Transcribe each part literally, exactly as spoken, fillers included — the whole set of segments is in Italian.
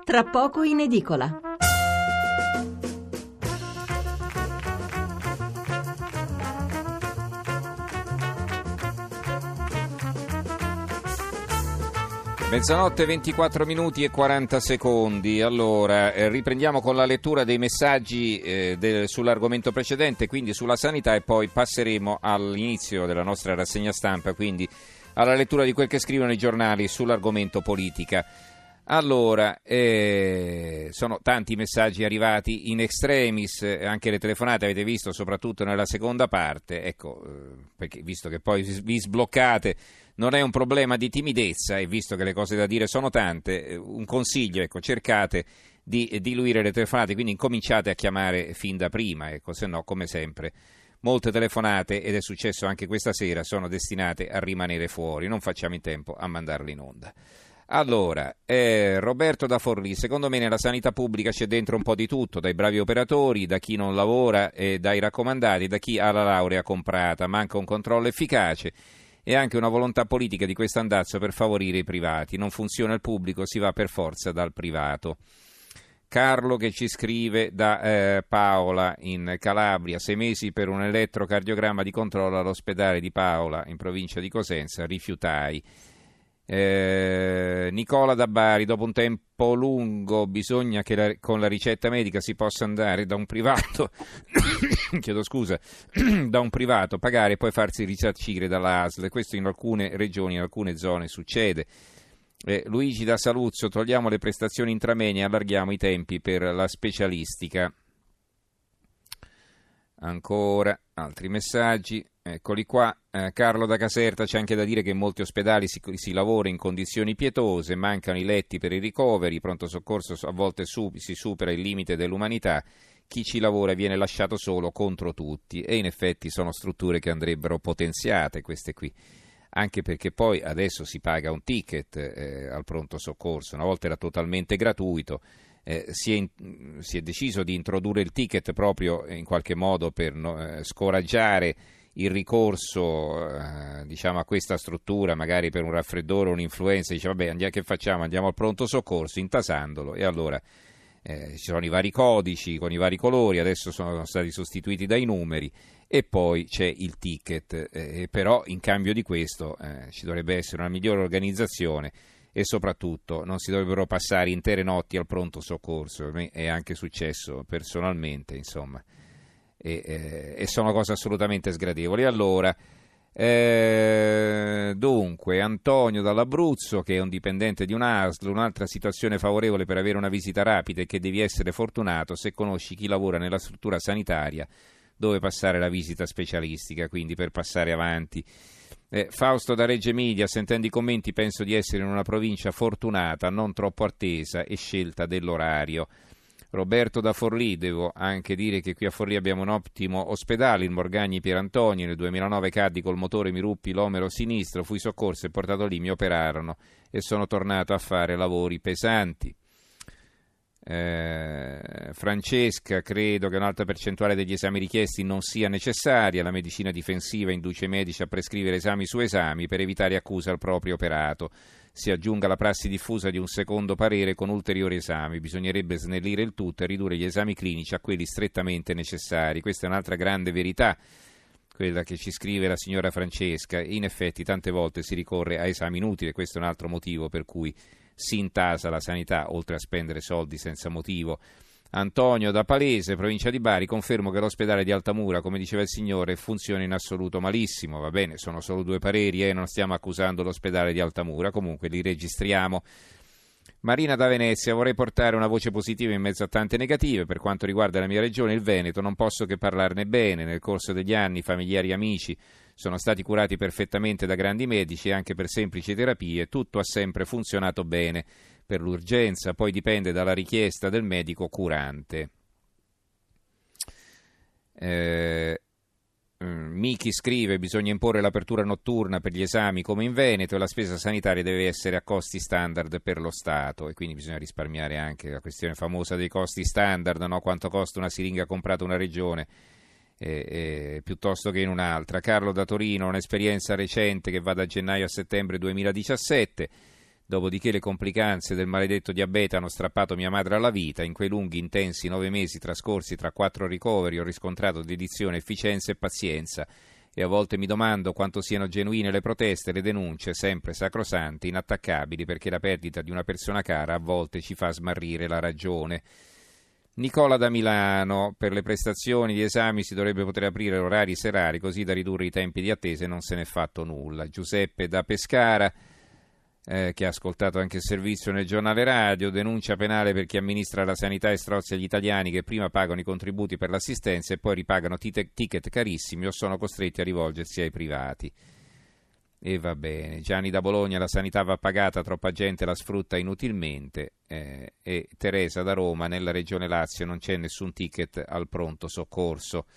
tra poco in edicola. Mezzanotte, ventiquattro minuti e quaranta secondi. Allora, eh, riprendiamo con la lettura dei messaggi eh, del, sull'argomento precedente, quindi sulla sanità, e poi passeremo all'inizio della nostra rassegna stampa, quindi alla lettura di quel che scrivono i giornali sull'argomento politica. Allora, eh, sono tanti i messaggi arrivati in extremis, eh, anche le telefonate avete visto, soprattutto nella seconda parte, ecco, eh, perché visto che poi vi sbloccate, non è un problema di timidezza, e visto che le cose da dire sono tante, un consiglio, ecco, cercate di diluire le telefonate, quindi incominciate a chiamare fin da prima, ecco, se no, come sempre, molte telefonate, ed è successo anche questa sera, sono destinate a rimanere fuori, non facciamo in tempo a mandarle in onda. Allora, eh, Roberto da Forlì, secondo me nella sanità pubblica c'è dentro un po' di tutto, dai bravi operatori, da chi non lavora, e dai raccomandati, da chi ha la laurea comprata, manca un controllo efficace e anche una volontà politica di questo andazzo per favorire i privati. Non funziona il pubblico, si va per forza dal privato. Carlo che ci scrive da eh, Paola in Calabria, sei mesi per un elettrocardiogramma di controllo all'ospedale di Paola in provincia di Cosenza, rifiutai. Eh, Nicola da Bari, dopo un tempo lungo bisogna che la, con la ricetta medica si possa andare da un privato chiedo scusa da un privato, pagare e poi farsi risarcire dalla A S L. Questo in alcune regioni, in alcune zone succede. eh, Luigi da Saluzzo, togliamo le prestazioni intramenia e allarghiamo i tempi per la specialistica. Ancora altri messaggi, eccoli qua. eh, Carlo da Caserta, c'è anche da dire che in molti ospedali si, si lavora in condizioni pietose, mancano i letti per i ricoveri, pronto soccorso a volte su, si supera il limite dell'umanità, chi ci lavora viene lasciato solo contro tutti, e in effetti sono strutture che andrebbero potenziate queste qui, anche perché poi adesso si paga un ticket eh, al pronto soccorso, una volta era totalmente gratuito. Eh, si, è in, si è deciso di introdurre il ticket proprio in qualche modo per no, eh, scoraggiare il ricorso eh, diciamo a questa struttura, magari per un raffreddore o un'influenza, dice vabbè andiamo, che facciamo? Andiamo al pronto soccorso intasandolo, e allora eh, ci sono i vari codici con i vari colori, adesso sono stati sostituiti dai numeri e poi c'è il ticket, eh, però in cambio di questo eh, ci dovrebbe essere una migliore organizzazione e soprattutto non si dovrebbero passare intere notti al pronto soccorso. A me è anche successo personalmente, insomma, e, eh, e sono cose assolutamente sgradevoli. Allora, eh, dunque, Antonio dall'Abruzzo, che è un dipendente di un'A S L, un'altra situazione favorevole per avere una visita rapida è che devi essere fortunato se conosci chi lavora nella struttura sanitaria dove passare la visita specialistica, quindi per passare avanti. Eh, Fausto da Reggio Emilia, sentendo i commenti penso di essere in una provincia fortunata, non troppo attesa e scelta dell'orario. Roberto da Forlì, devo anche dire che qui a Forlì abbiamo un ottimo ospedale, il Morgagni Pierantonio, nel duemilanove caddi col motore, mi ruppi l'omero sinistro, fui soccorso e portato lì, mi operarono e sono tornato a fare lavori pesanti. Eh, Francesca, credo che un'alta percentuale degli esami richiesti non sia necessaria, la medicina difensiva induce i medici a prescrivere esami su esami per evitare accuse al proprio operato, si aggiunga la prassi diffusa di un secondo parere con ulteriori esami, bisognerebbe snellire il tutto e ridurre gli esami clinici a quelli strettamente necessari. Questa è un'altra grande verità, quella che ci scrive la signora Francesca. In effetti tante volte si ricorre a esami inutili, questo è un altro motivo per cui si intasa la sanità, oltre a spendere soldi senza motivo. Antonio da Palese, provincia di Bari, confermo che l'ospedale di Altamura, come diceva il signore, funziona in assoluto malissimo. Va bene, sono solo due pareri e eh, non stiamo accusando l'ospedale di Altamura, comunque li registriamo. Marina da Venezia, vorrei portare una voce positiva in mezzo a tante negative. Per quanto riguarda la mia regione, il Veneto, non posso che parlarne bene. Nel corso degli anni familiari e amici sono stati curati perfettamente da grandi medici e anche per semplici terapie, tutto ha sempre funzionato bene. Per l'urgenza poi dipende dalla richiesta del medico curante. Eh, Miki scrive: bisogna imporre l'apertura notturna per gli esami come in Veneto e la spesa sanitaria deve essere a costi standard per lo Stato, e quindi bisogna risparmiare anche la questione famosa dei costi standard, no? Quanto costa una siringa comprata in una regione eh, eh, piuttosto che in un'altra. Carlo da Torino, un'esperienza recente che va da gennaio a settembre duemiladiciassette. Dopodiché le complicanze del maledetto diabete hanno strappato mia madre alla vita. In quei lunghi, intensi nove mesi trascorsi tra quattro ricoveri ho riscontrato dedizione, efficienza e pazienza. E a volte mi domando quanto siano genuine le proteste, le denunce, sempre sacrosante, inattaccabili, perché la perdita di una persona cara a volte ci fa smarrire la ragione. Nicola da Milano: per le prestazioni di esami si dovrebbe poter aprire orari serali così da ridurre i tempi di attesa e non se n'è fatto nulla. Giuseppe da Pescara, eh, che ha ascoltato anche il servizio nel giornale radio: denuncia penale per chi amministra la sanità e strozza gli italiani che prima pagano i contributi per l'assistenza e poi ripagano tit- ticket carissimi o sono costretti a rivolgersi ai privati. E va bene. Gianni da Bologna: la sanità va pagata, troppa gente la sfrutta inutilmente. Eh, e Teresa da Roma: nella regione Lazio non c'è nessun ticket al pronto soccorso.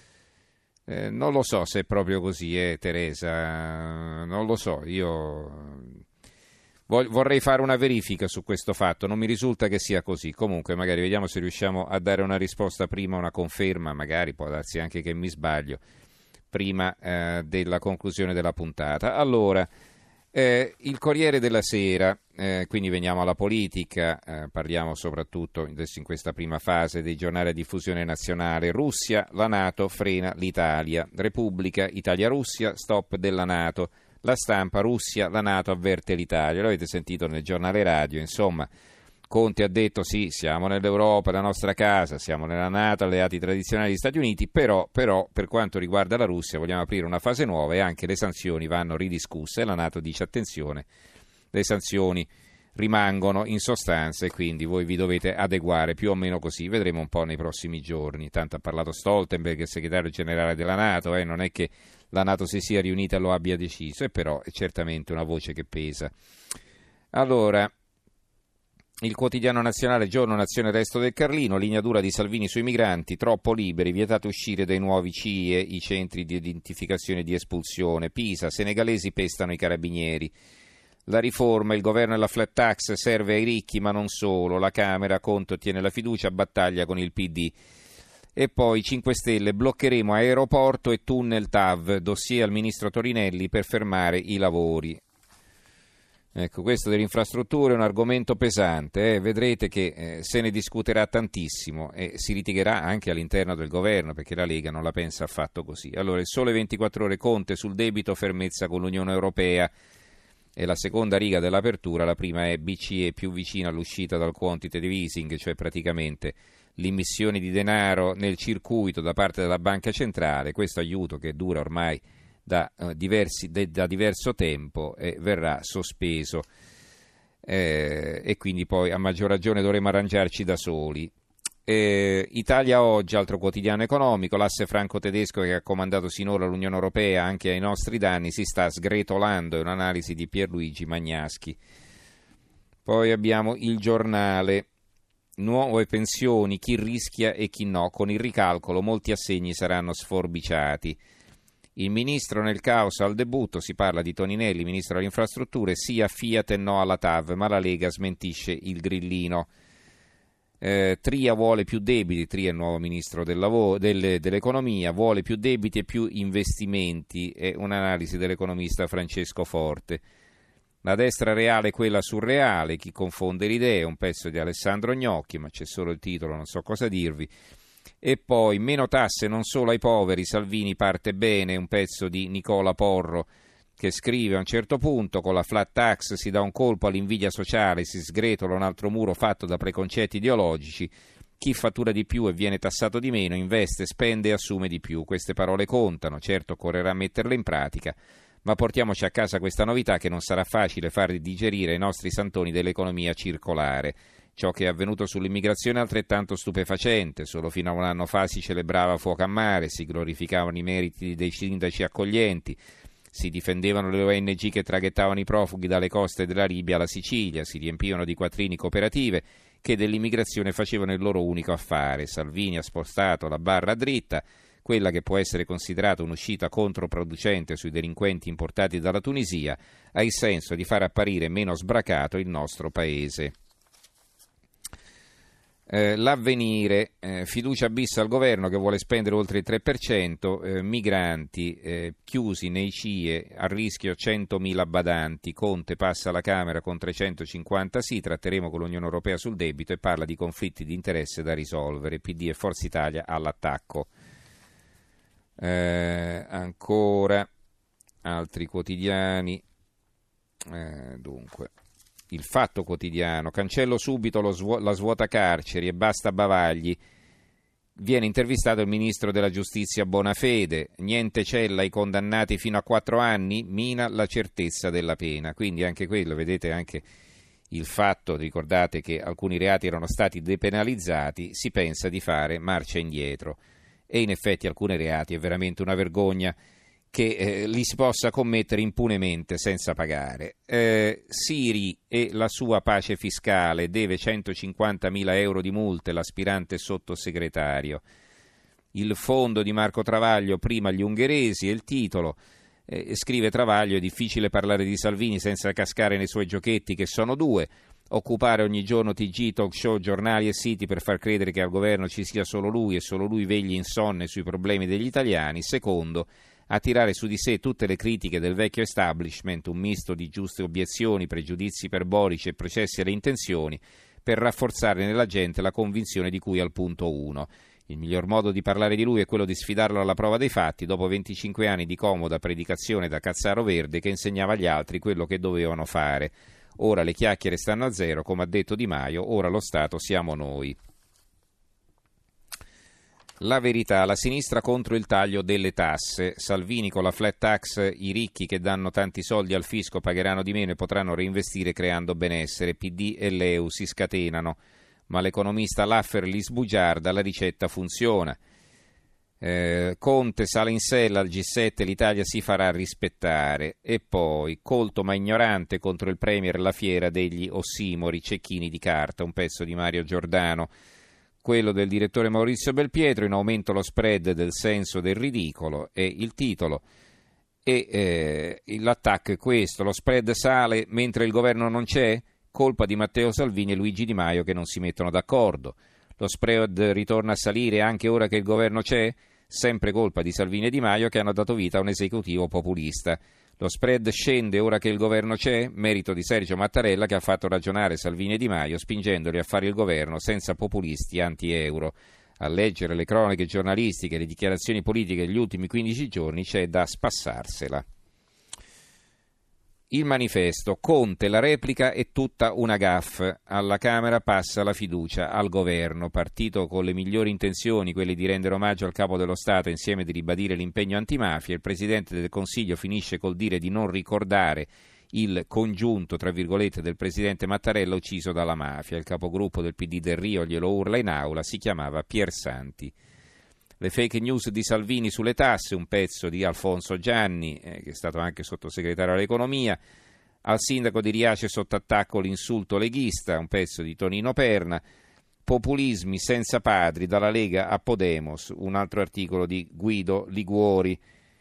Eh, non lo so se è proprio così, eh, Teresa, non lo so, io vorrei fare una verifica su questo fatto, non mi risulta che sia così. Comunque magari vediamo se riusciamo a dare una risposta prima, una conferma, magari può darsi anche che mi sbaglio, prima eh, della conclusione della puntata. Allora, eh, il Corriere della Sera, eh, quindi veniamo alla politica, eh, parliamo soprattutto adesso in questa prima fase dei giornali a diffusione nazionale. Russia, la NATO frena l'Italia. Repubblica, Italia-Russia, stop della NATO. La Stampa, Russia, la NATO avverte l'Italia. L'avete sentito nel giornale radio, insomma. Conte ha detto sì, siamo nell'Europa, la nostra casa, siamo nella NATO, alleati tradizionali degli Stati Uniti, però, però per quanto riguarda la Russia vogliamo aprire una fase nuova e anche le sanzioni vanno ridiscusse. La NATO dice attenzione, le sanzioni rimangono in sostanza e quindi voi vi dovete adeguare, più o meno così, vedremo un po' nei prossimi giorni. Tanto ha parlato Stoltenberg, il segretario generale della NATO, eh, non è che la NATO si sia riunita e lo abbia deciso, e però è certamente una voce che pesa. Allora, il Quotidiano Nazionale, giorno nazione resto del Carlino, linea dura di Salvini sui migranti, troppo liberi, vietate uscire dai nuovi C I E, i centri di identificazione e di espulsione. Pisa, senegalesi pestano i carabinieri. La riforma, il governo e la flat tax serve ai ricchi ma non solo, la Camera, Conte ottiene la fiducia, battaglia con il P D. E poi cinque Stelle, bloccheremo aeroporto e tunnel T A V, dossier al ministro Torinelli per fermare i lavori. Ecco, questo delle infrastrutture è un argomento pesante, eh. Vedrete che eh, se ne discuterà tantissimo e si litigherà anche all'interno del governo, perché la Lega non la pensa affatto così. Allora, il Sole ventiquattro Ore, Conte sul debito, fermezza con l'Unione Europea. E la seconda riga dell'apertura, la prima è B C E più vicina all'uscita dal quantitative easing, cioè praticamente l'immissione di denaro nel circuito da parte della Banca Centrale. Questo aiuto che dura ormai da, eh, diversi, de, da diverso tempo e verrà sospeso eh, e quindi poi a maggior ragione dovremo arrangiarci da soli. Eh, Italia Oggi, altro quotidiano economico, l'asse franco-tedesco che ha comandato sinora l'Unione Europea anche ai nostri danni si sta sgretolando, è un'analisi di Pierluigi Magnaschi. Poi abbiamo Il Giornale, nuove pensioni, chi rischia e chi no, con il ricalcolo molti assegni saranno sforbiciati. Il ministro nel caos al debutto, si parla di Toninelli, ministro delle infrastrutture, sì a Fiat e no alla T A V, ma la Lega smentisce il grillino. Eh, Tria vuole più debiti, Tria è il nuovo ministro del lavoro, del, dell'economia, vuole più debiti e più investimenti, è un'analisi dell'economista Francesco Forte. La destra reale è quella surreale, chi confonde le idee, un pezzo di Alessandro Gnocchi, ma c'è solo il titolo, non so cosa dirvi. E poi meno tasse non solo ai poveri, Salvini parte bene, un pezzo di Nicola Porro che scrive a un certo punto con la flat tax si dà un colpo all'invidia sociale, si sgretola un altro muro fatto da preconcetti ideologici, chi fattura di più e viene tassato di meno investe, spende e assume di più. Queste parole contano, certo occorrerà metterle in pratica, ma portiamoci a casa questa novità che non sarà facile far digerire ai nostri santoni dell'economia circolare. Ciò che è avvenuto sull'immigrazione è altrettanto stupefacente, solo fino a un anno fa si celebrava fuoco a mare, si glorificavano i meriti dei sindaci accoglienti, si difendevano le O N G che traghettavano i profughi dalle coste della Libia alla Sicilia, si riempivano di quattrini cooperative che dell'immigrazione facevano il loro unico affare. Salvini ha spostato la barra dritta, quella che può essere considerata un'uscita controproducente sui delinquenti importati dalla Tunisia, ha il senso di far apparire meno sbracato il nostro paese. Eh, l'Avvenire, eh, fiducia bis al governo che vuole spendere oltre il tre per cento, eh, migranti eh, chiusi nei C I E, a rischio centomila badanti, Conte passa alla Camera con trecentocinquanta sì, tratteremo con l'Unione Europea sul debito e parla di conflitti di interesse da risolvere, P D e Forza Italia all'attacco. Eh, ancora altri quotidiani, eh, dunque... Il Fatto Quotidiano, cancello subito lo svu- la svuota carceri e basta bavagli. Viene intervistato il ministro della giustizia Bonafede, niente cella ai condannati fino a quattro anni, mina la certezza della pena. Quindi anche quello, vedete, anche il Fatto, ricordate che alcuni reati erano stati depenalizzati, si pensa di fare marcia indietro. E in effetti alcuni reati è veramente una vergogna che eh, li si possa commettere impunemente senza pagare. Eh, Siri e la sua pace fiscale, deve centocinquantamila euro di multe l'aspirante sottosegretario. Il fondo di Marco Travaglio prima gli ungheresi, e il titolo, eh, scrive Travaglio, è difficile parlare di Salvini senza cascare nei suoi giochetti che sono due, occupare ogni giorno T G, talk show, giornali e siti per far credere che al governo ci sia solo lui e solo lui vegli insonne sui problemi degli italiani. Secondo, attirare su di sé tutte le critiche del vecchio establishment, un misto di giuste obiezioni, pregiudizi iperbolici e processi alle intenzioni, per rafforzare nella gente la convinzione di cui al punto uno. Il miglior modo di parlare di lui è quello di sfidarlo alla prova dei fatti, dopo venticinque anni di comoda predicazione da cazzaro verde che insegnava agli altri quello che dovevano fare. Ora le chiacchiere stanno a zero, come ha detto Di Maio, ora lo Stato siamo noi. La Verità, la sinistra contro il taglio delle tasse. Salvini con la flat tax, i ricchi che danno tanti soldi al fisco pagheranno di meno e potranno reinvestire creando benessere. P D e l'E U si scatenano, ma l'economista Laffer li sbugiarda, la ricetta funziona. Eh, Conte sale in sella al G sette, l'Italia si farà rispettare. E poi, colto ma ignorante contro il Premier, la fiera degli ossimori, cecchini di carta, un pezzo di Mario Giordano. Quello del direttore Maurizio Belpietro, in aumento lo spread del senso del ridicolo, e il titolo. E eh, l'attacco è questo, lo spread sale mentre il governo non c'è? Colpa di Matteo Salvini e Luigi Di Maio che non si mettono d'accordo. Lo spread ritorna a salire anche ora che il governo c'è? Sempre colpa di Salvini e Di Maio che hanno dato vita a un esecutivo populista. Lo spread scende ora che il governo c'è? Merito di Sergio Mattarella che ha fatto ragionare Salvini e Di Maio spingendoli a fare il governo senza populisti anti-euro. A leggere le cronache giornalistiche e le dichiarazioni politiche degli ultimi quindici giorni c'è da spassarsela. Il Manifesto, Conte, la replica è tutta una gaffe. Alla Camera passa la fiducia al governo, partito con le migliori intenzioni, quelle di rendere omaggio al Capo dello Stato insieme di ribadire l'impegno antimafia. Il Presidente del Consiglio finisce col dire di non ricordare il congiunto, tra virgolette, del Presidente Mattarella ucciso dalla mafia. Il capogruppo del P D del Rio glielo urla in aula, si chiamava Piersanti. Le fake news di Salvini sulle tasse, un pezzo di Alfonso Gianni, eh, che è stato anche sottosegretario all'economia. Al sindaco di Riace sotto attacco l'insulto leghista, un pezzo di Tonino Perna. Populismi senza padri, dalla Lega a Podemos, un altro articolo di Guido Liguori.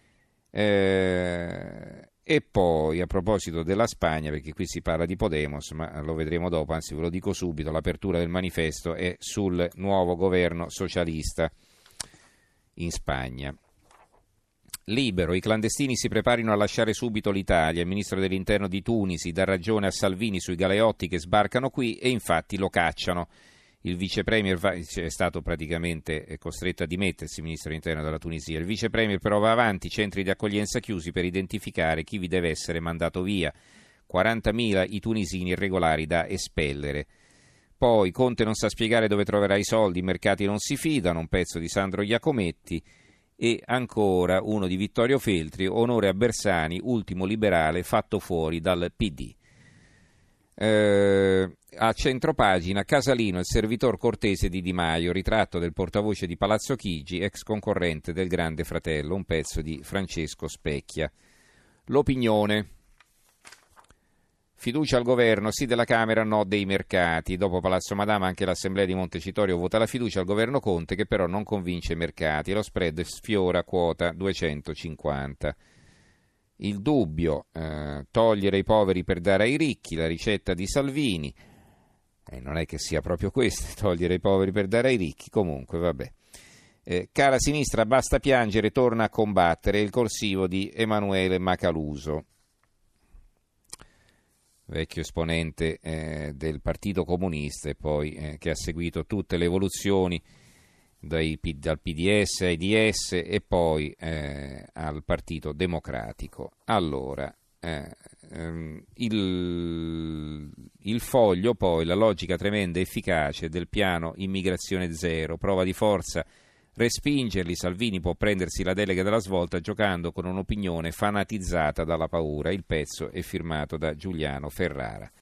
Eh, e poi, a proposito della Spagna, perché qui si parla di Podemos, ma lo vedremo dopo, anzi ve lo dico subito, l'apertura del Manifesto è sul nuovo governo socialista in Spagna. Libero, i clandestini si preparino a lasciare subito l'Italia. Il ministro dell'interno di Tunisi dà ragione a Salvini sui galeotti che sbarcano qui e infatti lo cacciano. Il vice premier va, è stato praticamente costretto a dimettersi, il ministro dell'interno della Tunisia. Il vice premier però va avanti, centri di accoglienza chiusi per identificare chi vi deve essere mandato via. quarantamila i tunisini irregolari da espellere. Poi Conte non sa spiegare dove troverà i soldi, i mercati non si fidano, un pezzo di Sandro Iacometti. E ancora uno di Vittorio Feltri, onore a Bersani, ultimo liberale fatto fuori dal P D. Eh, a centropagina Casalino, il servitor cortese di Di Maio, ritratto del portavoce di Palazzo Chigi, ex concorrente del Grande Fratello, un pezzo di Francesco Specchia. L'Opinione. Fiducia al governo, sì della Camera, no dei mercati. Dopo Palazzo Madama anche l'Assemblea di Montecitorio vota la fiducia al governo Conte che però non convince i mercati. Lo spread sfiora quota duecentocinquanta. Il Dubbio, eh, togliere ai poveri per dare ai ricchi, la ricetta di Salvini. Eh, non è che sia proprio questo, togliere ai poveri per dare ai ricchi, comunque vabbè. Eh, cara sinistra, basta piangere, torna a combattere, il corsivo di Emanuele Macaluso, vecchio esponente eh, del Partito Comunista e poi eh, che ha seguito tutte le evoluzioni dai, dal P D S ai D S e poi eh, al Partito Democratico. Allora, eh, ehm, il, il Foglio poi, la logica tremenda e efficace del piano immigrazione zero, prova di forza respingerli, Salvini può prendersi la delega della svolta giocando con un'opinione fanatizzata dalla paura. Il pezzo è firmato da Giuliano Ferrara.